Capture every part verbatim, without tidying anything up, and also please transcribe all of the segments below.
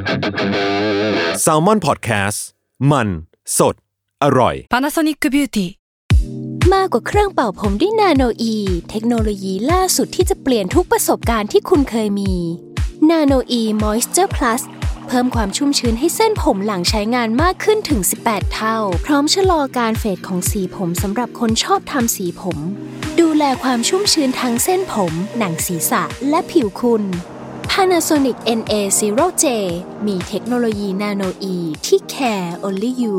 Salmon Podcast มันสดอร่อย Panasonic Beauty มากกว่าเครื่องเป่าผมด้วยนาโนอีเทคโนโลยีล่าสุดที่จะเปลี่ยนทุกประสบการณ์ที่คุณเคยมีนาโนอีมอยส์เจอร์พลัสเพิ่มความชุ่มชื้นให้เส้นผมหลังใช้งานมากขึ้นถึงสิบแปดเท่าพร้อมชะลอการเฟดของสีผมสำหรับคนชอบทำสีผมดูแลความชุ่มชื้นทั้งเส้นผมหนังศีรษะและผิวคุณ Panasonic เอ็น เอ ศูนย์ เจ มีเทคโนโลยีนาโนอีที่ care only you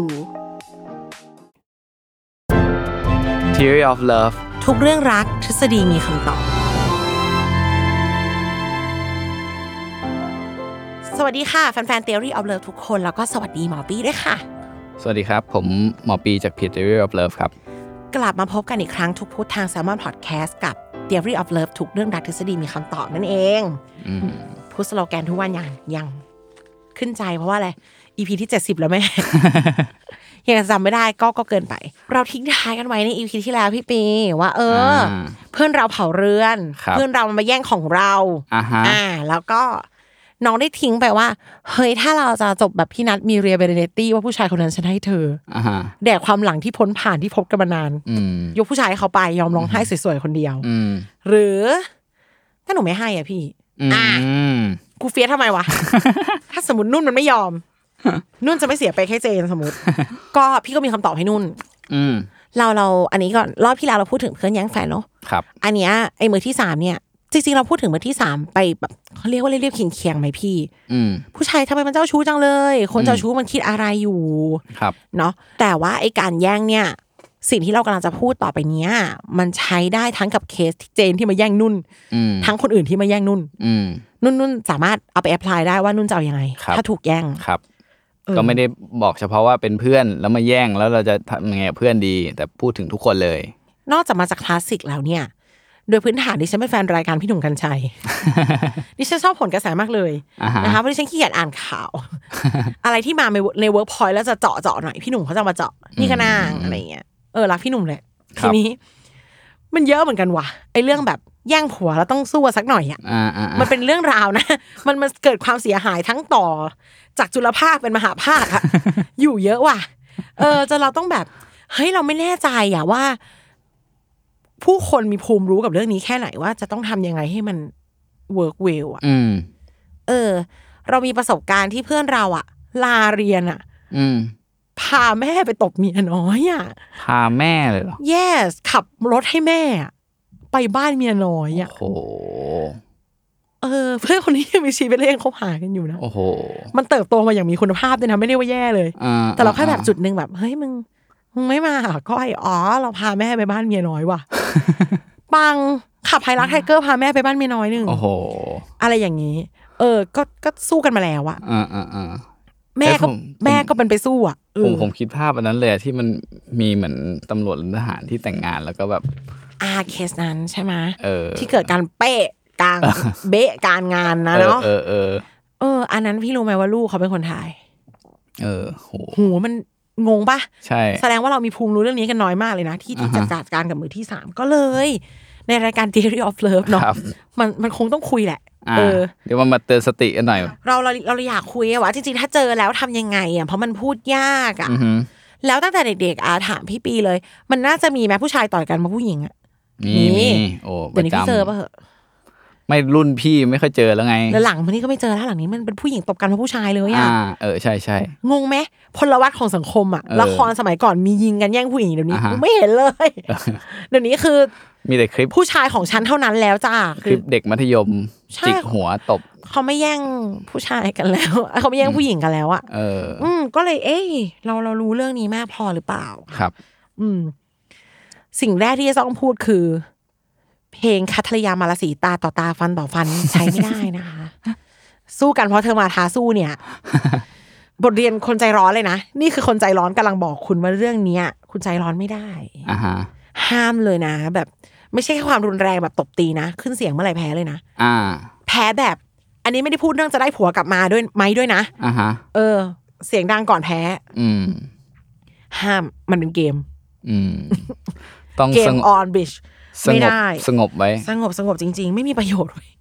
Theory of Love ทุกเรื่องรักทฤษฎีมีคำตอบสวัสดีค่ะแฟนๆ Theory of Love ทุกคนแล้วก็สวัสดีหมอปี้ด้วยค่ะสวัสดีครับผมหมอปีจากเพจ Theory of Love ครับกลับมาพบกันอีกครั้งทุกพุธทาง Salmon Podcast กับ Theory of Love ทุกเรื่องรักทฤษฎีมีคำตอบนั่นเองพูดสโลแกนทุกวันอย่างยังขึ้นใจเพราะว่าอะไร อี พี ที่เจ็ดสิบแล้วแม่ ยังจำไม่ได้ก็ก็เกินไปเราทิ้งท้ายกันไว้ใน อี พี ที่แล้วพี่ปีว่าเออเพื่อนเราเผาเรือนเพื่อนเรามันมาแย่งของเราอ่าแล้วก็น้องได้ทิ้งไปว่าเฮ้ยถ้าเราจะจบแบบพี่นัทมีเรียเบเรเนตี้ว่าผู้ชายคนนั้นฉันให้เธอแด่ความหลังที่พ้นผ่านที่พบกันมานานยกผู้ชายเขาไปยอมร้องไห้สวยๆคนเดียวหรือถ้าหนูไม่ให้อ่ะพี่อ่ากูเฟียสทำไมวะ ถ้าสมมตินุ่นมันไม่ยอมนุ่นจะไม่เสียไปแค่เจนสมมติ ก็พี่ก็มีคำตอบให้นุ่นเราเราอันนี้ก่อนรอบที่แล้วเราพูดถึงเพื่อนแย่งแฟนเนาะอันเนี้ยไอ้มือที่สามเนี่ยจริงๆเราพูดถึงมือที่สามไปแบบเขาเรียกว่าเรียบๆเคียงๆไหมพี่ผู้ชายทำไมมันเจ้าชู้จังเลยคนเจ้าชู้มันคิดอะไรอยู่เนาะแต่ว่าไอ้การแย่งเนี่ยสิ่งที่เรากำลังจะพูดต่อไปเนี้ยมันใช้ได้ทั้งกับเคสเจนที่มาแย่งนุ่นทั้งคนอื่นที่มาแย่งนุ่นนุ่นนุ่นสามารถเอาไปแอพพลายได้ว่านุ่นจะเอายังไงถ้าถูกแย่งครับก็ไม่ได้บอกเฉพาะว่าเป็นเพื่อนแล้วมาแย่งแล้วเราจะทำยังไงกับเพื่อนดีแต่พูดถึงทุกคนเลยนอกจากมาจากคลาสสิกแล้วเนี่ยโดยพื้นฐานดิฉันเป็นแฟนรายการพี่หนุ่มกรรชัย ดิฉันชอบผลกระแสมากเลยนะคะเพราะดิฉันขี้เกียจอ่านข่าว อะไรที่มาในเวิร์กพอยต์แล้วจะเจาะเจาะหน่อยพี่หนุ่มเขาจะมาเจาะนี่ก็นางอะไรเงี้ยเออรักพี่หนุ่มเลยทีนี้มันเยอะเหมือนกันว่ะไอ้เรื่องแบบแย่งผัวแล้วต้องสู้สักหน่อยอ่ะมันเป็นเรื่องราวนะมันมันเกิดความเสียหายทั้งต่อจากจุลภาคเป็นมหาภาคอะ อยู่เยอะว่ะเออจนเราต้องแบบเฮ้ยเราไม่แน่ใจอ่ะว่าผู้คนมีภูมิรู้กับเรื่องนี้แค่ไหนว่าจะต้องทำยังไงให้มันเวิร์กเวลอ่ะเออเรามีประสบการณ์ที่เพื่อนเราอ่ะลาเรียนอ่ะพาแม่ไปตบเมียน้อยอ่ะพาแม่เลยเหรอ yes ขับรถให้แม่ไปบ้านเมียน้อยอ่ะโอ้โหเออเพื่อนคนนี้ยังมีชีวิตเองคบหากันอยู่นะโอ้โหมันเติบโตมาอย่างมีคุณภาพด้วยนะไม่ได้ว่าแย่เลยแต่เราแค่แบบจุดนึงแบบเฮ้ยมึงมึงไม่มาหาก้อยอ๋อเราพาแม่ไปบ้านเมียน้อยว่ะ ปังขับไฮรักไทเกอร์พาแม่ไปบ้านเมียน้อยนึงโอ้โหอะไรอย่างนี้เออก็ก็สู้กันมาแล้วอะอ่าอ่าอ่าแม่ก็แม่ก็เป็นไปสู้อะผมผมคิดภาพอันนั้นเลยที่มันมีเหมือนตำรวจทหารที่แต่งงานแล้วก็แบบอ่าเคสนั้นใช่ไหมเออที่เกิดการเป๊ะกลางเบะการงานนะเนาะเออเออเอออันนั้นพี่รู้ไหมว่าลูกเขาเป็นคนไทยเออโหโหมันงงป่ะใช่แสดงว่าเรามีภูมิรู้เรื่องนี้กันน้อยมากเลยนะที่ที่จะจัดการกับมือที่สามก็เลยในรายการ Theory of Love เนาะมันมันคงต้องคุยแหละเออเดี๋ยวมาเตือนสติกันหน่อยเราเราเราอยากคุยว่าจริงๆถ้าเจอแล้วทำยังไงอ่ะเพราะมันพูดยากอ่ะแล้วตั้งแต่เด็กๆอาถามพี่ปีเลยมันน่าจะมีแม้ผู้ชายต่อยกันมาผู้หญิงอ่ะมีมีโอ้เดี๋ยวนี้พี่เจอป่ะเหรอไม่รุ่นพี่ไม่ค่อยเจอแล้วไงแล้วหลังมันนี่ก็ไม่เจอแล้วหลังนี้มันเป็นผู้หญิงตบกันเพราะผู้ชายเลยอ่ะเออใช่ใช่งงไหมพลวัตของสังคมอ่ะละครสมัยก่อนมียิงกันแย่งผู้หญิงเดี๋ยวนี้ไม่เห็นเลยเดี๋ยวนี้คือมีแต่คลิปผู้ชายของฉันเท่านั้นแล้วจ้าคลิปเด็กมัธยมจิกหัวตบเขาไม่แย่งผู้ชายกันแล้วเขาไม่แย่งผู้หญิงกันแล้วอ่ะเอออืมก็เลยเอ้ยเราเรารู้เรื่องนี้มากพอหรือเปล่าครับอืมสิ่งแรกที่จะต้องพูดคือเพลงคัทรยามาลสีตาต่อตาฟันต่อฟันใช้ไม่ได้นะคะสู้กันเพราะเธอมาท้าสู้เนี่ยบทเรียนคนใจร้อนเลยนะนี่คือคนใจร้อนกำลังบอกคุณว่าเรื่องนี้คุณใจร้อนไม่ได้อ่าฮะห้ามเลยนะแบบไม่ใช่แค่ความรุนแรงแบบตบตีนะขึ้นเสียงเมื่อไหร่แพ้เลยนะอ่าแพ้แบบอันนี้ไม่ได้พูดเรื่องจะได้ผัวกลับมาด้วยไหมด้วยนะอ่าฮะเออเสียงดังก่อนแพ้อืมห้ามมันเป็นเกมอืมต้องเกมออนบิชไม่ได้สงบไว้สงบสงบจริงๆไม่มีประโยชน์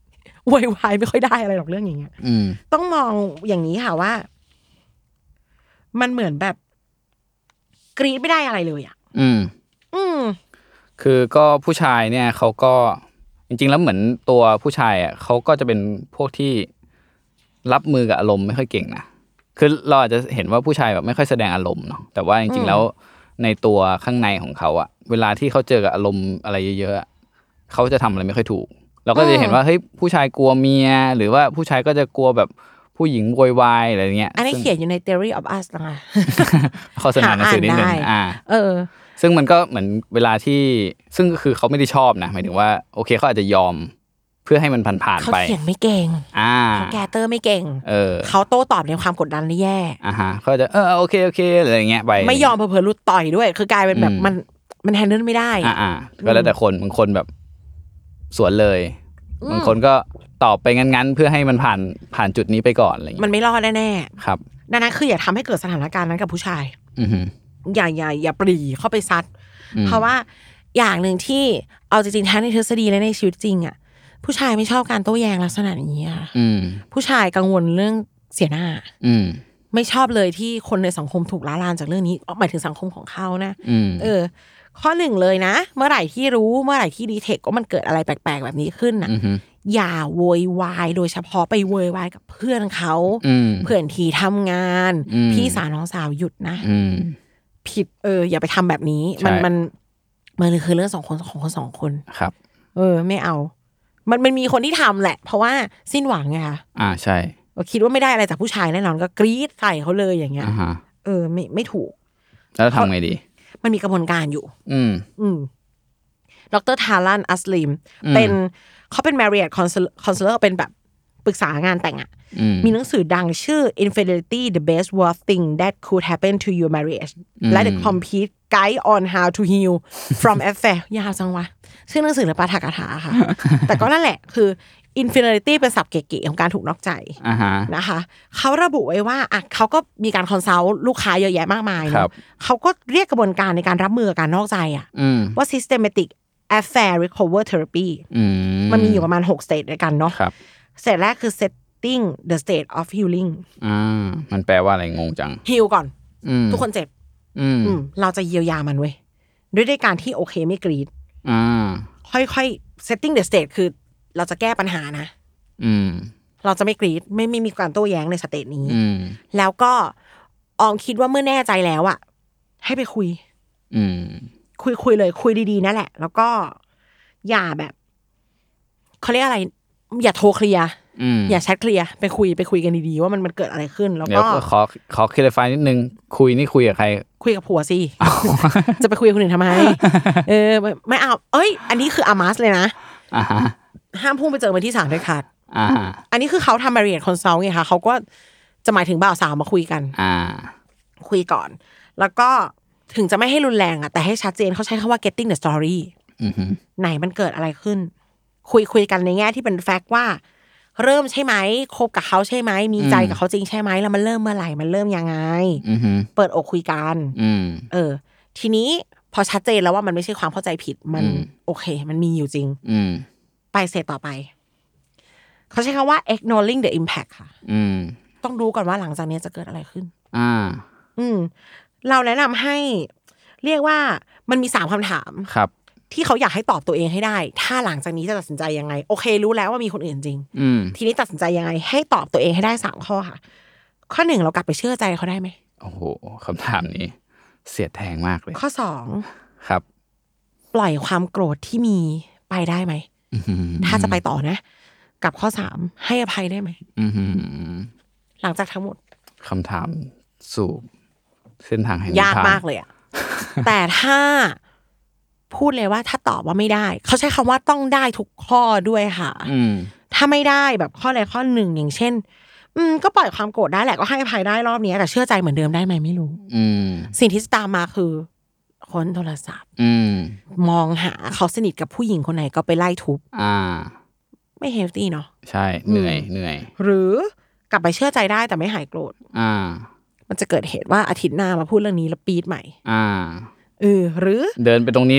โวยวายไม่ค่อยได้อะไรหรอกเรื่องอย่างเงี้ยต้องมองอย่างนี้ค่ะว่ามันเหมือนแบบกรี๊ดไม่ได้อะไรเลยอ่ะอืมอืมคือก็ผู้ชายเนี่ยเขาก็จริงๆแล้วเหมือนตัวผู้ชายอ่ะเขาก็จะเป็นพวกที่รับมือกับอารมณ์ไม่ค่อยเก่งนะคือเราอาจจะเห็นว่าผู้ชายแบบไม่ค่อยแสดงอารมณ์เนาะแต่ว่าจริงๆแล้วในตัวข้างในของเขาอ่ะเวลาที่เขาเจอกับอารมณ์อะไรเยอะๆเขาจะทำอะไรไม่ค่อยถูกเราก็จะเห็นว่าเฮ้ยผู้ชายกลัวเมียหรือว่าผู้ชายก็จะกลัวแบบผู้หญิงโวยวายอะไรเงี้ยอันนี้เขียนอยู่ใน Theory of Us นะคะโฆษณาหนังสือนิดนึงอ่าเออซึ่งมันก็เหมือนเวลาที่ซึ่งก็คือเขาไม่ได้ชอบนะหมายถึงว่าโอเคเขาอาจจะยอมเพื่อให้มันผ่านๆไปเขาเขียนไม่เก่งอ่าเขาแกเตอร์ไม่เก่งเออเขาโต้ตอบในความกดดันนี่แย่อ่าฮะเขาจะเออโอเคโอเคอะไรเงี้ยไปไม่ยอมเผลอๆลุดต่อยด้วยคือกลายเป็นแบบมันมันแฮนเดิลไม่ได้อ่าอ่าก็แล้วแต่คนบางคนแบบสวนเลยบางคนก็ตอบไปงั้นๆเพื่อให้มันผ่านผ่านจุดนี้ไปก่อนอะไรอย่างเงี้ยมันไม่รอดแน่ๆครับดังนั้นคืออย่าทำให้เกิดสถานการณ์นั้นกับผู้ชายอย่าอย่าอย่าปรีเข้าไปซัดเพราะว่าอย่างหนึ่งที่เอาจริงๆทั้งในทฤษฎีและในชีวิตจริงอ่ะผู้ชายไม่ชอบการโต้แย้งลักษณะนี้อ่ะผู้ชายกังวลเรื่องเสียหน้าไม่ชอบเลยที่คนในสังคมถูกล้าลานจากเรื่องนี้หมายถึงสังคมของเขานะเออข้อหนึ่งเลยนะเมื่อไหร่ที่รู้เมื่อไหร่ที่ดีเทคว่ามันเกิดอะไรแปลกๆแบบนี้ขึ้นน่ะอย่าโวยวายโดยเฉพาะไปโวยวายกับเพื่อนเขาเพื่อนที่ทำงานพี่สาวน้องสาวหยุดนะผิดเอออย่าไปทำแบบนี้มันมันมันคือเรื่องสองคนของคนสองคนครับเออไม่เอามันมันมีคนที่ทำแหละเพราะว่าสิ้นหวังไงคะอ่าใช่คิดว่าไม่ได้อะไรจากผู้ชายแน่นอนก็กรี๊ดใส่เขาเลยอย่างเงี้ยเออไม่ไม่ถูกแล้วทำไงดีมันมีกระบวนการอยู่อืมอืมดร.ทารันอัสลิมเป็นเขาเป็น Marriott Counselor เป็นแบบปรึกษางานแต่งอ่ะมีหนังสือดังชื่อ Infidelity the Best Worst Thing That Could Happen to Your Marriage และ The Complete Guide on How to Heal from Affair ยาวจังวะชื่อหนังสือหรือปาฐกถาค่ะ แต่ก็นั่นแหละคือ Infidelity เป็นศัพท์เก๋ๆของการถูกนอกใจ uh-huh. นะคะเขาระบุไว้ว่าอ่ะเขาก็มีการคอนซัลท์ลูกค้าเยอะแยะมากมายเนาะเขาก็เรียกกระบวนการในการรับมือกับการนอกใจอ่ะว่า systematic affair recover therapy มันมีอยู่ประมาณหกสเตจด้วยกันเนาะสเตจแรกคือ setting the state of healing อ่ามันแปลว่าอะไรงงจัง heal ก่อนทุกคนเจ็บเราจะเยียวยามันเว้ยด้วยด้วยการที่โอเคไม่กรีดค่อยๆ setting the state คือเราจะแก้ปัญหานะเราจะไม่กรีดไม่ไม่มีการโต้แย้งในสเตจนี้แล้วก็ออมคิดว่าเมื่อแน่ใจแล้วอ่ะให้ไปคุยคุยคุยเลยคุยดีๆนั่นแหละแล้วก็อย่าแบบเขาเรียกอะไรอย่าโทรเคลียร์อย่าแชทเคลียร์ไปคุยไปคุยกันดีๆว่ามันมันเกิดอะไรขึ้นแล้วก็ขอขอเคลียร์ไฟนิดนึงคุยนี่คุยกับใครคุยกับผัวสิ จะไปคุยกับคนอื่นทำไมเออไม่เอาเอ้ยอันนี้คืออามาสเลยนะห้ามพุ่งไปเจอมาที่ศาลเด็ดขาดอันนี้คือเขาทำ Marriott Consult ไงคะเขาก็จะหมายถึงบ่าวสาวมาคุยกันคุยก่อนแล้วก็ถึงจะไม่ให้รุนแรงอ่ะแต่ให้ชัดเจนเขาใช้คำว่า getting the story ไหนมันเกิดอะไรขึ้นคุยคุยกันในแง่ที่เป็นแฟกต์ว่าเริ่มใช่ไหมคบกับเขาใช่ไหมมีใจกับเขาจริงใช่ไหมแล้วมันเริ่มเมื่อไหร่มันเริ่มยังไงเปิดอกคุยกันเออทีนี้พอชัดเจนแล้วว่ามันไม่ใช่ความเข้าใจผิดมันโอเคมันมีอยู่จริงไปเสร็จต่อไปเขาใช้คำว่า acknowledging the impact ค่ะต้องรู้ก่อนว่าหลังจากนี้จะเกิดอะไรขึ้นอ่าอืมเราแนะนำให้เรียกว่ามันมีสามคำถามครับที่เขาอยากให้ตอบตัวเองให้ได้ถ้าหลังจากนี้จะตัดสินใจยังไงโอเครู้แล้วว่ามีคนอื่นจริงทีนี้ตัดสินใจยังไงให้ตอบตัวเองให้ได้สามข้อค่ะข้อหนึ่งเรากลับไปเชื่อใจเขาได้ไหมโอ้โหคำถามนี้เสียดแทงมากเลยข้อสองครับปล่อยความโกรธที่มีไปได้ไหมถ้าจะไปต่อนะกับข้อสามให้อภัยได้ไหมหลังจากทั้งหมดคำถามสู่เส้นทางแห่งยากมากเลยอะแต่ถ้าพูดเลยว่าถ้าตอบว่าไม่ได้เขาใช้คำว่าต้องได้ทุกข้อด้วยค่ะถ้าไม่ได้แบบข้อใดข้อหนึ่งอย่างเช่นอืมก็ปล่อยความโกรธได้แหละก็ให้อภัยได้รอบนี้แต่เชื่อใจเหมือนเดิมได้ไหมไม่รู้สิ่งที่ตามมาคือค้นโทรศัพท์มองหาเขาสนิทกับผู้หญิงคนไหนก็ไปไล่ทุบไม่เฮลตี้เนาะใช่เหนื่อยเหนื่อยหรือกลับไปเชื่อใจได้แต่ไม่หายโกรธมันจะเกิดเหตุว่าอาทิตย์หน้ามาพูดเรื่องนี้แล้วปี๊ดใหม่อ่าเออหรือเดินไปตรงนี้ปุ๊บ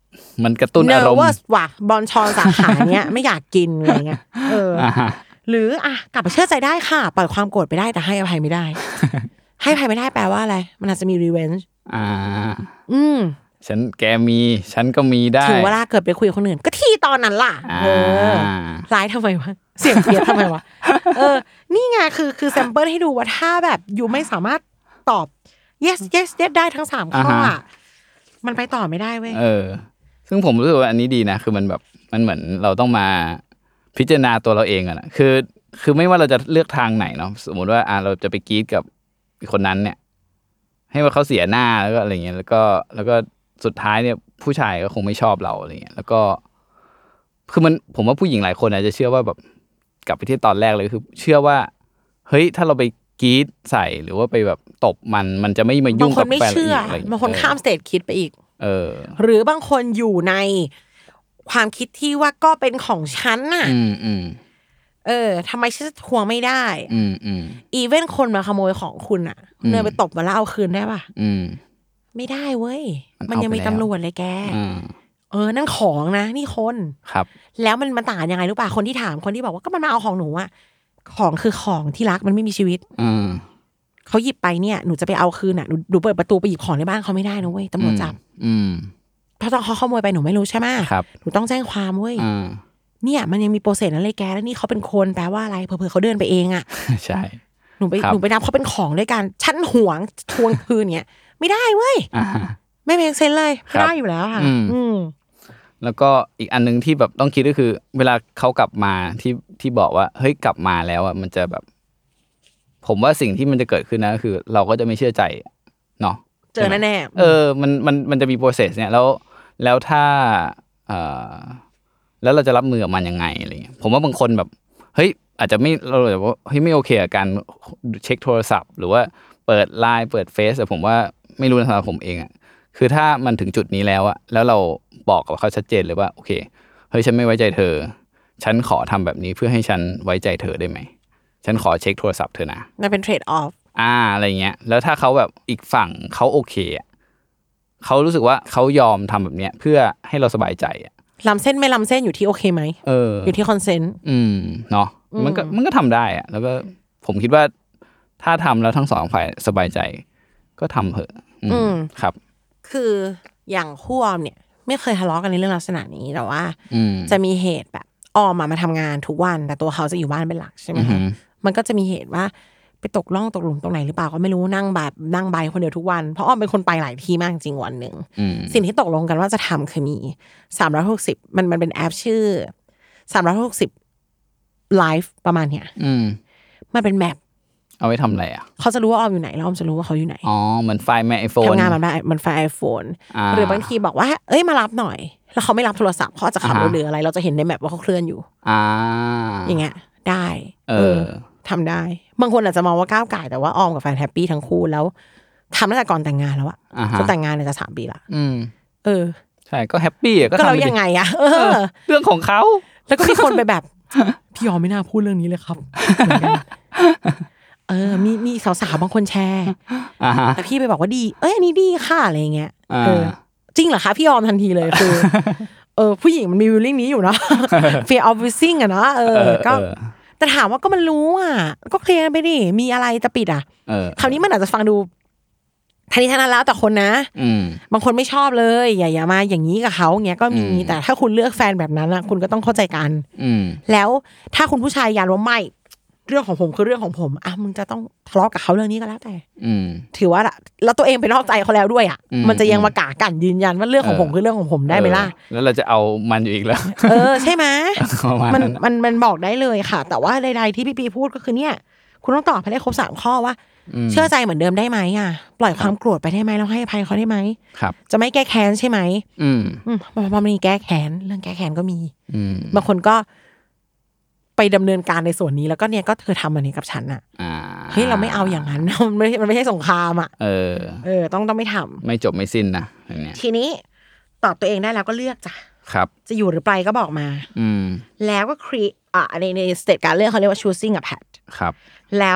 มันกระตุ้นอารมณ์ nervous ว่ะบอลชอนสาขาเนี้ยไม่อยากกินอะไรเงี้ยเออหรืออ่ะกลับไปเชื่อใจได้ค่ะปล่อยความโกรธไปได้แต่ให้อภัยไม่ได้ ให้อภัยไม่ได้แปลว่าอะไรมันอาจจะมี revenge อ่าอืมฉันแกมีฉันก็มีได้ถึงเวลาเกิดไปคุยกับคนอื่นก็ที่ตอนนั้นล่ะเออร้ายทำไมวะเสียงเพี้ยนทำไมวะเออนี่ไงคือคือแซมเปิลให้ดูว่าถ้าแบบอยู่ไม่สามารถตอบ yes yes yes ได้ทั้งสามข้ออ่ะมันไปต่อไม่ได้เว้ยเออซึ่งผมรู้สึกว่าอันนี้ดีนะคือมันแบบมันเหมือนเราต้องมาพิจารณาตัวเราเองอะนะคือคือไม่ว่าเราจะเลือกทางไหนเนาะสมมติว่าอ่าเราจะไปกรี๊ดกับคนนั้นเนี่ยให้ว่าเขาเสียหน้าแล้วก็อะไรเงี้ยแล้วก็แล้วก็สุดท้ายเนี่ยผู้ชายก็คงไม่ชอบเราอะไรเงี้ยแล้วก็คือมันผมว่าผู้หญิงหลายคนอาจจะเชื่อว่าแบบกลับไปที่ตอนแรกเลยคือเชื่อว่าเฮ้ยถ้าเราไปกรี๊ดใส่หรือว่าไปแบบตบมันมันจะไม่มายุ่งกับแฟนอีกอะไรเงี้ยบางคนข้ามสเตจคิดไปอีกเออหรือบางคนอยู่ในความคิดที่ว่าก็เป็นของฉันน่ะอืมอืมเออทำไมฉันจะทวงไม่ได้อืมอืมอีเวนต์คนมาขโมยของคุณอ่ะคุณเดินไปตบมาแล้วเอาคืนได้ป่ะอืมไม่ได้เว้ยมันยังมีตำรวจเลยแกเออนั่นของนะนี่คนครับแล้วมันมันต่างยังไงรู้ป่ะคนที่ถามคนที่บอกว่าก็มันมาเอาของหนูอ่ะของคือของที่รักมันไม่มีชีวิตอืมเขาหยิบไปเนี่ยหนูจะไปเอาคืนอ่ะหนูหนูเปิดประตูไปหยิบของในบ้านเขาไม่ได้นะเว้ยตำรวจจับอืมเพราะตอนเขาขโมยไปหนูไม่รู้ใช่ไหมครับหนูต้องแจ้งความเว้ยเนี่ยมันยังมีโปรเซสนั้นเลยแกแล้วนี่เขาเป็นคนแปลว่าอะไรเผื่อเขาเดินไปเองอ่ะใช่หนูไปหนูไปนับเขาเป็นของด้วยกันชั้นหวงทวงคืนเนี่ยไม่ได้เว้ยไม่เมคเซนส์เลยไม่ได้อยู่แล้วค่ะอืมแล้วก็อีกอันนึงที่แบบต้องคิดก็คือเวลาเขากลับมาที่ที่บอกว่าเฮ้ยกลับมาแล้วอ่ะมันจะแบบผมว่าสิ่งที่มันจะเกิดขึ้นนะก็คือเราก็จะไม่เชื่อใจเนาะเจอแน่ๆเออมันมันมันจะมีโปรเซสเนี่ยแล้วแล้วถ้าเอ่อแล้วเราจะรับมือกับมันยังไงอะไรเงี้ยผมว่าบางคนแบบเฮ้ยอาจจะไม่เราแบบว่าเฮ้ยไม่โอเคกับการเช็คโทรศัพท์หรือว่าเปิด ไลน์ เปิดเฟซแต่ผมว่าไม่รู้นะสำหรับผมเองอ่ะคือถ้ามันถึงจุดนี้แล้วอะแล้วเราบอกกับเขาชัดเจนเลยว่าโอเคเฮ้ยฉันไม่ไว้ใจเธอฉันขอทำแบบนี้เพื่อให้ฉันไว้ใจเธอได้ไหมฉันขอเช็คโทรศัพท์เธอนะมันเป็นเทรดออฟอ่าอะไรเงี้ยแล้วถ้าเขาแบบอีกฝั่งเขาโอเคอ่ะเขารู้สึกว่าเขายอมทำแบบเนี้ยเพื่อให้เราสบายใจอ่ะล้ำเส้นไม่ล้ำเส้นอยู่ที่โอเคไหมเอออยู่ที่คอนเซนต์อืมเนาะมันก็มันก็ทำได้อ่ะแล้วก็ผมคิดว่าถ้าทำแล้วทั้งสองฝ่ายสบายใจก็ทำเถอะอืมครับคืออย่างคู่ออมเนี่ยไม่เคยทะเลาะกันในเรื่องลักษณะนี้แต่ว่าจะมีเหตุแบบออมมาทำงานทุกวันแต่ตัวเขาจะอยู่บ้านเป็นหลักใช่ไหมคะมันก็จะมีเหตุว่าไปตกล่องตกหลุมตรงไหนหรือเปล่าก็ไม่รู้นั่งแบบนั่งใบคนเดียวทุกวันเพราะออมเป็นคนไปหลายที่มากจริงวันหนึ่งสิ่งที่ตกลงกันว่าจะทำคือมีสามร้อยหกสิบมันมันเป็นแอปชื่อสามร้อยหกสิบไลฟ์ประมาณเนี้ยมันเป็นแมปเอาไว้ทำอะไรอ่ะเขาจะรู้ว่าออมอยู่ไหนแล้วออมจะรู้ว่าเขาอยู่ไหนอ๋อเหมือนไฟล์แม่ไอโฟนทำงานมันได้มันไฟล์ไอโฟนหรือบางทีบอกว่าเอ้ยมารับหน่อยแล้วเขาไม่รับโทรศัพท์เขาจะขับรถหรืออะไรเราจะเห็นในแมปว่าเขาเคลื่อนอยู่อ่าอย่างเงี้ยได้เออทำได้บางคนอาจจะมองว่าก้าวไก่แต่ว่าออมกับแฟนแฮปปี้ทั้งคู่แล้วทำตั้งแต่ก่อนแต่งงานแล้วอะจนแต่งงานเนี่ยจะสามปีละเออใช่ก็แฮปปี้อะก็เรายังไงอะเรื่องของเขาแล้วก็มีคนไปแบบพี่ออมไม่น่าพูดเรื่องนี้เลยครับเออมีมีสาวๆบางคนแชร์แต่พี่ไปบอกว่าดีเอ้ยอันนี้ดีค่ะอะไรเงี้ยเออจริงเหรอคะพี่ออมทันทีเลยคือเออผู้หญิงมันมีวิลลิ่งนี้อยู่เนาะ fear of missing อะเนาะเออก็แต่ถามว่าก็มันรู้อ่ะก็เคลียร์ไปดิมีอะไรจะปิดอ่ะคราวนี้มันอาจจะฟังดูทันทีทันนั้นแล้วแต่คนนะบางคนไม่ชอบเลยอย่าอย่ามาอย่างนี้กับเขาเงี้ยก็มีแต่ถ้าคุณเลือกแฟนแบบนั้นนะคุณก็ต้องเข้าใจกันแล้วถ้าคุณผู้ชายยันว่าไม่เรื่องของผมคือเรื่องของผมอ่ะมึงจะต้องทะเลาะกับเขาเรื่องนี้ก็แล้วแต่ถือว่าแล้วตัวเองไปนอกใจเขาแล้วด้วยอ่ะมันจะยังมากากันยืนยันว่าเรื่องของผมคือเรื่องของผมได้ไหมล่ะแล้วเราจะเอามันอยู่อีกแล้วเออใช่ไหมมันมันมันบอกได้เลยค่ะแต่ว่าใดๆที่พี่ปีพูดก็คือเนี่ยคุณต้องตอบให้ได้ครบสามข้อว่าเชื่อใจเหมือนเดิมได้ไหมอ่ะปล่อยความโกรธไปได้ไหมแล้วให้อภัยเขาได้ไหมจะไม่แก้แค้นใช่ไหมอืมพอมันมีแก้แค้นเรื่องแก้แค้นก็มีบางคนก็ไปดำเนินการในส่วนนี้แล้วก็เนี่ยก็เธอทำอันนี้กับฉันอ่ะเฮ้ยเราไม่เอาอย่างนั้นมันไม่มันไม่ใช่สงครามอ่ะเออเออต้องต้องไม่ทำไม่จบไม่สิ้นนะอย่างเนี้ยทีนี้ตอบตัวเองได้แล้วก็เลือกจ้ะครับจะอยู่หรือไปก็บอกมาอืมแล้วก็ create อ่ะในในสเตจการเลือกเขาเรียกว่า choosing a path ครับแล้วไป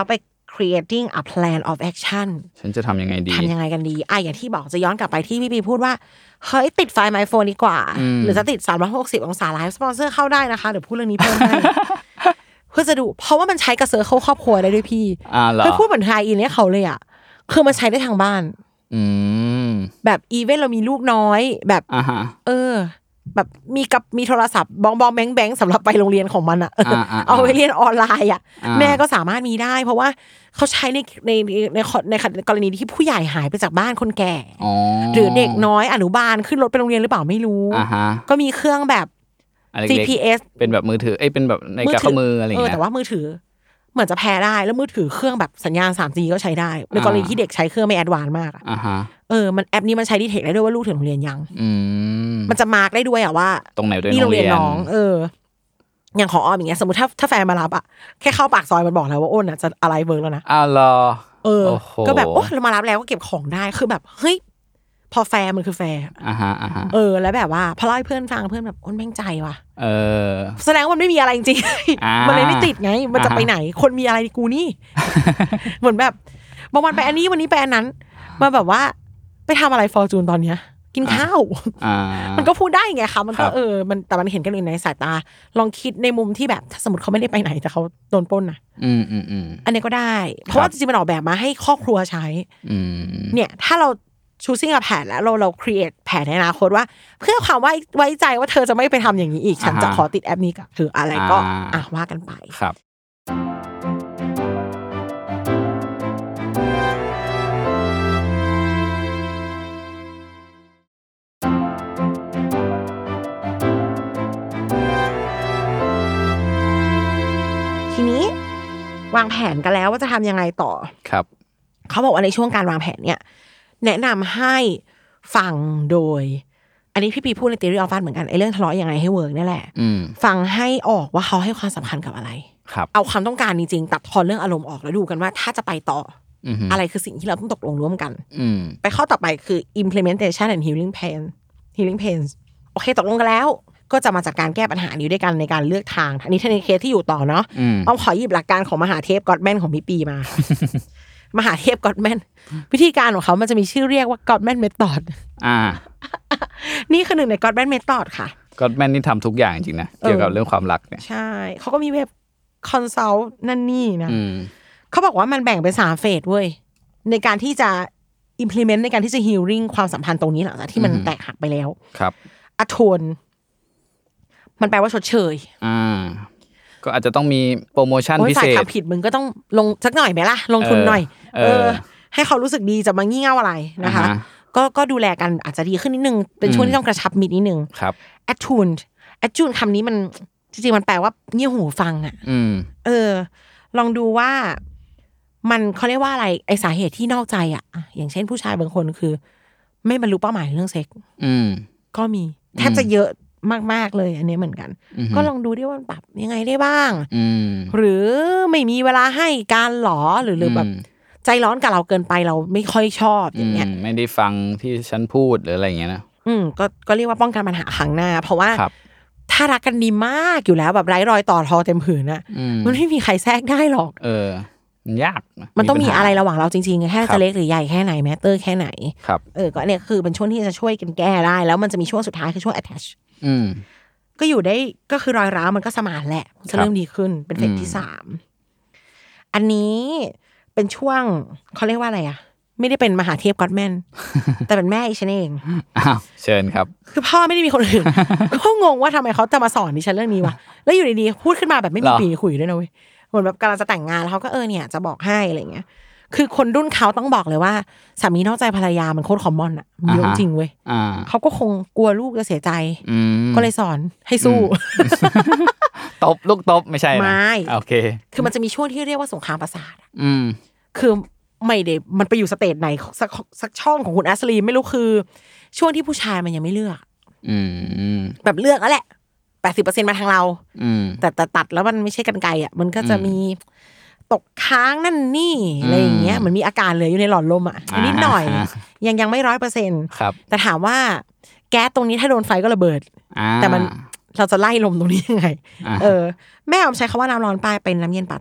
creating a plan of action ฉันจะทำยังไงดีทำยังไงกันดีอ่ะอย่างที่บอกจะย้อนกลับไปที่พี่ปีพูดว่าเฮ้ยติดไฟล์ iPhone ดีกว่าหรือจะติดสามร้อยหกสิบองศาไลฟ์สปอนเซอร์เข้าได้นะคะเดี๋ยวพูดเรื่องนี้เพิ่มให้เพื่อจะดูเพราะว่ามันใช้กับเซอร์เคิลครอบครัวได้ด้วยพี่ไปพูดเหมือนไทยอินเนี่ยเขาเลยอ่ะคือมันใช้ได้ทางบ้านแบบอีเวนต์เรามีลูกน้อยแบบเออแบบมีกับมีโทรศัพท์บองบองแบงแบงสำหรับไปโรงเรียนของมันอ่ะเอาไปเรียนออนไลน์อ่ะแม่ก็สามารถมีได้เพราะว่าเขาใช้ในในในในกรณีที่ผู้ใหญ่หายไปจากบ้านคนแก่หรือเด็กน้อยอนุบาลขึ้นรถไปโรงเรียนหรือเปล่าไม่รู้ก็มีเครื่องแบบ จี พี เอสเป็นแบบมือถือเอ้ยเป็นแบบในกระเป๋ามืออะไรอย่างเงี้ยเออแต่ว่ามือถือเหมือนจะแพ้ได้แล้วมือถือเครื่องแบบสัญญาณ ทรี จี ก็ใช้ได้ในกรณีที่เด็กใช้เครื่องไม่แอดวานซ์มากอ่ะเออมันแอปนี้มันใช้ดีเทคได้ด้วยว่าลูกถึงโรงเรียนยังมันจะมาร์กได้ด้วยอ่ะว่าตรงไหนด้วยโรงเรียนน้องเอออย่างของออมอย่างเงี้ยสมมุติถ้าถ้าแฟนมารับอ่ะแค่เข้าปากซอยมันบอกแล้วว่าอ้นอ่ะจะอะไรเวิร์กแล้วนะอ้าวเหรอเออก็แบบโอ้เรามารับแล้วก็เก็บของได้คือแบบเฮ้ยพอแฟร์มันคือแฟร์อ่าฮะอ่าฮะเออแล้วแบบว่าพอเล่าให้เพื่อนฟังเพื่อนแบบอ้นแม่งใจว่ะเออแสดงว่ามันไม่มีอะไรจริงๆมันเลยไม่ติดไงมันจะไปไหนคนมีอะไรกูนี่ เหมือนแบบบางวันไปอันนี้วันนี้ไปอันนั้นมาแบบว่าไปทำอะไรฟอร์จูนตอนเนี้ยกินข้าวมันก็พูดได้ไงคะมันก็เออมันแต่มันเห็นกันในสายตาลองคิดในมุมที่แบบถ้าสมมติเขาไม่ได้ไปไหนแต่เขาโดนปล้นนะอืมอืมอืมอันนี้ก็ได้เพราะว่าจริงๆมันออกแบบมาให้ครอบครัวใช้เนี่ยถ้าเราchoosing กับแผนแล้วเราเรา create แผนในอนาคตว่าเพื่อความไว้ไว้ใจว่าเธอจะไม่ไปทำอย่างนี้อีกฉันจะขอติดแอปนี้กับเธออะไรก็อ่ะว่ากันไปครับทีนี้วางแผนกันแล้วว่าจะทำยังไงต่อครับเขาบอกว่าในช่วงการวางแผนเนี่ยแนะนำให้ฟังโดยอันนี้พี่ปีพูดใน theory of fun เหมือนกันไอ้เรื่องทะเลาะยังไงให้เวิร์กนี่แหละฟังให้ออกว่าเขาให้ความสำคัญกับอะไรเอาความต้องการจริงๆตัดทอนเรื่องอารมณ์ออกแล้วดูกันว่าถ้าจะไปต่ออะไรคือสิ่งที่เราต้องตกลงร่วมกันไปข้อต่อไปคือ implementation and healing pain healing pains โอเคตกลงกันแล้วก็จะมาจากการแก้ปัญหานี้ด้วยกันในการเลือกทางอันนี้ถ้าในเคสที่อยู่ต่อเนาะเอาขอหยิบหลักการของมหาเทพก็อดแมนของพี่ปีมามหาเทพก็อดแมนวิธีการของเขามันจะมีชื่อเรียกว่าก็อดแมนเมธอดอ่านี่คือหนึ่งในก็อดแมนเมธอดค่ะก็อดแมนนี่ทำทุกอย่างจริงนะเกี่ยวกับเรื่องความรักเนี่ยใช่เขาก็มีเว็บคอนซัลท์นั่นนี่นะเขาบอกว่ามันแบ่งเป็นสามเฟสเว้ยในการที่จะ implement ในการที่จะ healing ความสัมพันธ์ตรงนี้หลังจากที่มันแตกหักไปแล้วครับอโทนมันแปลว่าชดเชยอ่าก็อาจจะต้องมีโปรโมชั่นพิเศษทำผิดมึงก็ต้องลงสักหน่อยไหมล่ะลงทุนหน่อยเออให้เขารู้สึกดีจะมางี่เง่าอะไรนะคะก็ก็ดูแลกันอาจจะดีขึ้นนิดนึงเป็นช่วงที่ต้องกระชับมิตรนิดนึงครับ attune attune คำนี้มันจริงๆมันแปลว่าเงี่ยหูฟังอ่ะเออลองดูว่ามันเขาเรียกว่าอะไรไอสาเหตุที่นอกใจอ่ะอย่างเช่นผู้ชายบางคนคือไม่บรรลุเป้าหมายเรื่องเซ็กก็มีแทบจะเยอะมากๆเลยอันนี้เหมือนกันก็ลองดูดิว่าปรับยังไงได้บ้างหรือไม่มีเวลาให้การหรอหรือหรือแบบใจร้อนกับเราเกินไปเราไม่ค่อยชอบอย่างเงี้ยไม่ได้ฟังที่ฉันพูดหรืออะไรอย่างเงี้ยนะอืมก็ก็เรียกว่าป้องกันปัญหาครั้งหน้าเพราะว่าถ้ารักกันดีมากอยู่แล้วแบบไร้รอยต่อทอเต็มผืนน่ะมันไม่มีใครแทรกได้หรอกเออมันยากมันต้องมีอะไรระหว่างเราจริงๆแค่จะเล็กหรือใหญ่แค่ไหนแมตเตอร์แค่ไหนเออก็เนี่ยคือเป็นช่วงที่จะช่วยกันแก้ได้แล้วมันจะมีช่วงสุดท้ายคือช่วง attach อืมก็อยู่ได้ก็คือรอยร้าวมันก็สมานแหละจะเริ่มดีขึ้นเป็นเฟสที่สามอันนี้เป็นช่วงเขาเรียกว่าอะไรอ่ะไม่ได้เป็นมหาเทพก็อดแมนแต่เป็นแม่อีฉันเองอ้าวเชิญครับคือพ่อไม่ได้มีคนอื่นก็งงว่าทำไมเขาจะมาสอนดิฉันเรื่องนี้วะแล้วอยู่ดีๆพูดขึ้นมาแบบไม่มีปีคุยด้วยนะเว้ยเหมือนแบบกำลังจะแต่งงานแล้วเขาก็เออเนี่ยจะบอกให้อะไรเงี้ยคือคนรุ่นเขาต้องบอกเลยว่าสามีนอกใจภรรยามันโคตรคอมมอนอ่ะเยอะจริงเว้ยเขาก็คงกลัวลูกจะเสียใจก็เลยสอนให้สู้ตบลูกตบไม่ใช่นะไม่โอเคคือมันจะมีช่วงที่เรียกว่าสงครามประสาทอืมคือไม่ได้มันไปอยู่สเตจไหนสักสักช่องของคุณแอสลีไม่รู้คือช่วงที่ผู้ชายมันยังไม่เลือกอืมแบบเลือกแล้วแหละ แปดสิบเปอร์เซ็นต์ มาทางเราแต่แต่ตัดแล้วมันไม่ใช่กรรไกรอ่ะมันก็จะมีตกค้างนั่นนี่อะไรอย่างเงี้ยเหมือนมีอาการเหลืออยู่ในหลอดลมอ่ะนิดหน่อยยังยังไม่ร้อยเปอร์เซ็นต์แต่ถามว่าแก๊สตรงนี้ถ้าโดนไฟก็ระเบิดแต่มันเราจะไล่ลมตรงนี้ยังไงเออแม่ออมใช้คำว่าน้ำร้อนปลายเป็นน้ำเย็นป่าตาย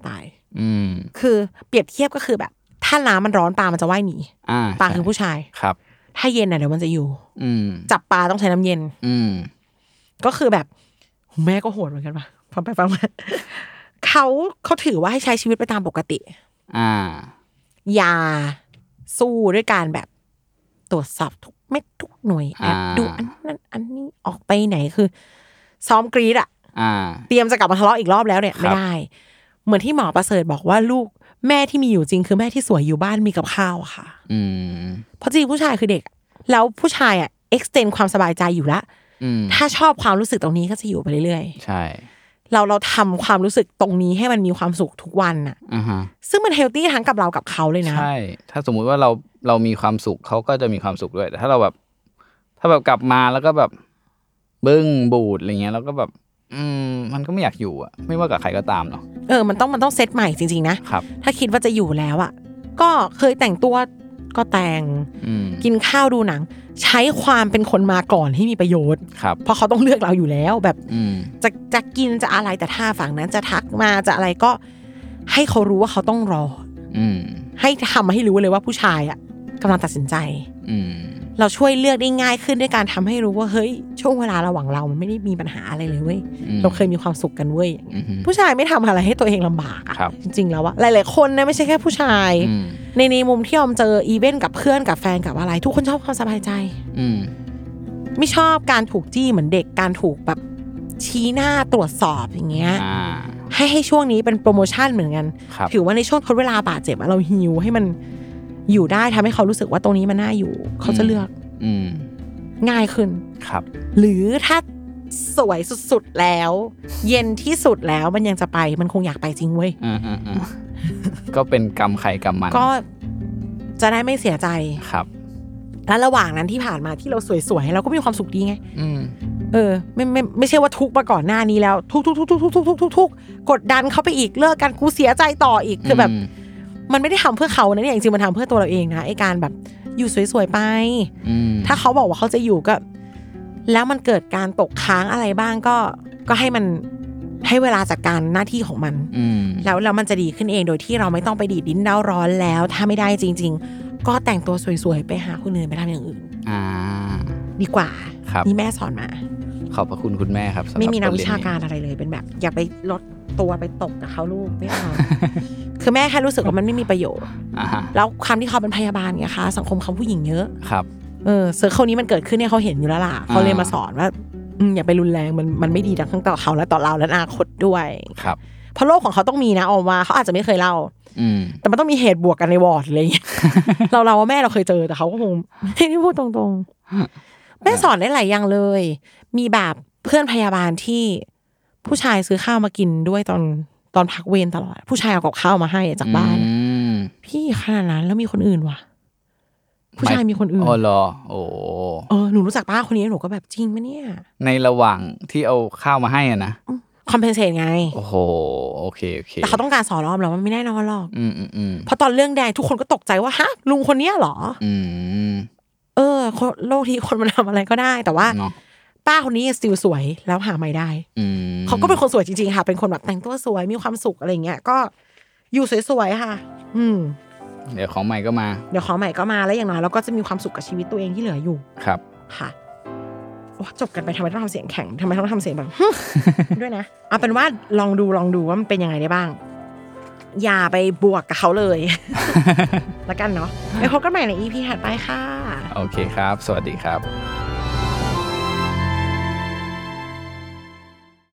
อืมคือเปรียบเทียบก็คือแบบถ้าน้ำมันร้อนปลามันจะว่ายหนีอ่าปลาคือผู้ชายครับถ้าเย็นน่ะเดี๋ยวมันจะอยู่อืมจับปลาต้องใช้น้ำเย็นอืมก็คือแบบแม่ก็โหดเหมือนกันป่ะฟังไปฟังมาเขาเขาถือว่าให้ใช้ชีวิตไปตามปกติอ่าอย่าสู้ด้วยการแบบตรวจสอบทุกเม็ดทุกหน่วยแอบดูอันนั้นอันนี้ออกไปไหนคือซ้อมกรีดอ่ะเตรียมจะกลับมาทะเลาะอีกรอบแล้วเนี่ยไม่ได้เหมือนที่หมอประเสริฐบอกว่าลูกแม่ที่มีอยู่จริงคือแม่ที่สวยอยู่บ้านมีกับข้าวค่ะเพราะจริงผู้ชายคือเด็กแล้วผู้ชายอ่ะ extend ความสบายใจอยู่ละถ้าชอบความรู้สึกตรงนี้ก็จะอยู่ไปเรื่อยๆใช่เราเราทำความรู้สึกตรงนี้ให้มันมีความสุขทุกวันน่ะซึ่งมันเฮลตี้ทั้งกับเรากับเขาเลยนะใช่ถ้าสมมุติว่าเราเรามีความสุขเขาก็จะมีความสุขด้วยแต่ถ้าเราแบบถ้าแบบกลับมาแล้วก็แบบบึ้งบูดอะไรเงี้ยแล้วก็แบบอืมมันก็ไม่อยากอยู่อ่ะไม่ว่ากับใครก็ตามเนาะเออมันต้องมันต้องเซตใหม่จริงๆนะครับถ้าคิดว่าจะอยู่แล้วอ่ะก็เคยแต่งตัวก็แต่งกินข้าวดูหนังใช้ความเป็นคนมาก่อนให้มีประโยชน์เพราะเขาต้องเลือกเราอยู่แล้วแบบจะจะกินจะอะไรแต่ถ้าฝั่งนั้นจะทักมาจะอะไรก็ให้เขารู้ว่าเขาต้องรอให้ทำให้รู้เลยว่าผู้ชายอ่ะกำลังตัดสินใจเราช่วยเลือกได้ง่ายขึ้นด้วยการทำให้รู้ว่าเฮ้ยช่วงเวลาระหว่างเรามันไม่ได้มีปัญหาอะไรเลยเว้ยเราเคยมีความสุขกันเว้ยผู้ชายไม่ทำอะไรให้ตัวเองลำบากจริงๆแล้วอะหลายๆคนนะไม่ใช่แค่ผู้ชายในในมุมที่ออมเจออีเวนต์กับเพื่อนกับแฟนกับอะไรทุกคนชอบความสบายใจไม่ชอบการถูกจี้เหมือนเด็กการถูกแบบชี้หน้าตรวจสอบอย่างเงี้ยให้ให้ช่วงนี้เป็นโปรโมชั่นเหมือนกันถือว่าในช่วงทดเวลาบาดเจ็บเราฮีลให้มันอยู่ได้ทำให้เขารู้สึกว่าตรงนี้มันน่าอยู่เขาจะเลือกง่ายขึ้นครับหรือถ้าสวยสุดๆแล้วเย็นที่สุดแล้วมันยังจะไปมันคงอยากไปจริงเว้ยก็เป็นกรรมใครกรรมมันก็จะได้ไม่เสียใจครับแล้วระหว่างนั้นที่ผ่านมาที่เราสวยๆเราก็มีความสุขดีไงเออไม่ไม่ไม่ใช่ว่าทุกมาก่อนหน้านี้แล้วทุกทุกทุกทุกทุกทุกทุกทุกทุกกดดันเขาไปอีกเลิกกันกูเสียใจต่ออีกคือแบบมันไม่ได้ทำเพื่อเขานะเนี่ยจริงๆมันทำเพื่อตัวเราเองนะไอ้การแบบอยู่สวยๆไปถ้าเขาบอกว่าเขาจะอยู่ก็แล้วมันเกิดการตกค้างอะไรบ้างก็ก็ให้มันให้เวลาจัดการหน้าที่ของมันแล้วแล้วมันจะดีขึ้นเองโดยที่เราไม่ต้องไปดีดดิ้นเด้าร้อนแล้วถ้าไม่ได้จริงๆก็แต่งตัวสวยๆไปหาคนอื่นไปทำอย่างอื่นดีกว่านี่แม่สอนมาขอบพระคุณคุณแม่ครับไม่มีนักวิชาการอะไรเลยเป็นแบบอย่าไปลดตัวไปตกกับเขาลูกไม่เอาคือแม่แค่รู้สึกว่ามันไม่มีประโยชน์แล้วคำที่เขาเป็นพยาบาลไงคะสังคมเขาผู้หญิงเยอะครับเออเซอร์เคิลนี้มันเกิดขึ้นเนี่ยเขาเห็นอยู่แล้วล่ะเขาเลยมาสอนว่าอย่าไปรุนแรงมันมันไม่ดีทั้งต่อเขาและต่อเราและอนาคตด้วยครับเพราะโลกของเขาต้องมีนะออกมาเขาอาจจะไม่เคยเล่าแต่มันต้องมีเหตุบวกกันในวอร์ดอะไรอย่างเงี้ยเราเราว่าแม่เราเคยเจอแต่เขาก็คงไม่ได้พูดตรงๆแม่สอนได้หลายอย่างเลยมีแบบเพื่อนพยาบาลที่ผู้ชายซื้อข้าวมากินด้วยตอนตอนพักเวรตลอดผู้ชายเอากับข้าวมาให้จากบ้านพี่ขนาดนั้นแล้วมีคนอื่นวะผู้ชายมีคนอื่นอ๋อเหรอโอ้เออหนูรู้จักป้าคนนี้หนูก็แบบจริงปะเนี่ยในระหว่างที่เอาข้าวมาให้อ่ะนะคอมเพนเซตไงโอ้โหโอเคโอเคแต่เขาต้องการสอนรอบแล้วมันไม่แน่นอนหรอกอืมอืมอืมเพราะตอนเรื่องแดงทุกคนก็ตกใจว่าฮะลุงคนนี้เหรออืมเออโลกที่คนมันทำอะไรก็ได้แต่ว่าป้าคนนี้สติลสวยแล้วหาไม่ได้เขาก็เป็นคนสวยจริงๆค่ะเป็นคนแบบแต่งตัวสวยมีความสุขอะไรเงี้ยก็อยู่สวยๆค่ะอืมเดี๋ยวของใหม่ก็มาเดี๋ยวของใหม่ก็มาแล้วอย่างน้อยเราก็จะมีความสุขกับชีวิตตัวเองที่เหลืออยู่ครับค่ะจบกันไปทำไมต้องทำเสียงแข็งทำไมต้องทำเสียงแบบด้วยนะเอาเป็นว่าลองดูลองดูว่ามันเป็นยังไงได้บ้างอย่าไปบวกกับเขาเลยแล้วกันเนาะไปพบกันใหม่ใน อี พี ถัดไปค่ะโอเคครับสวัสดีครับ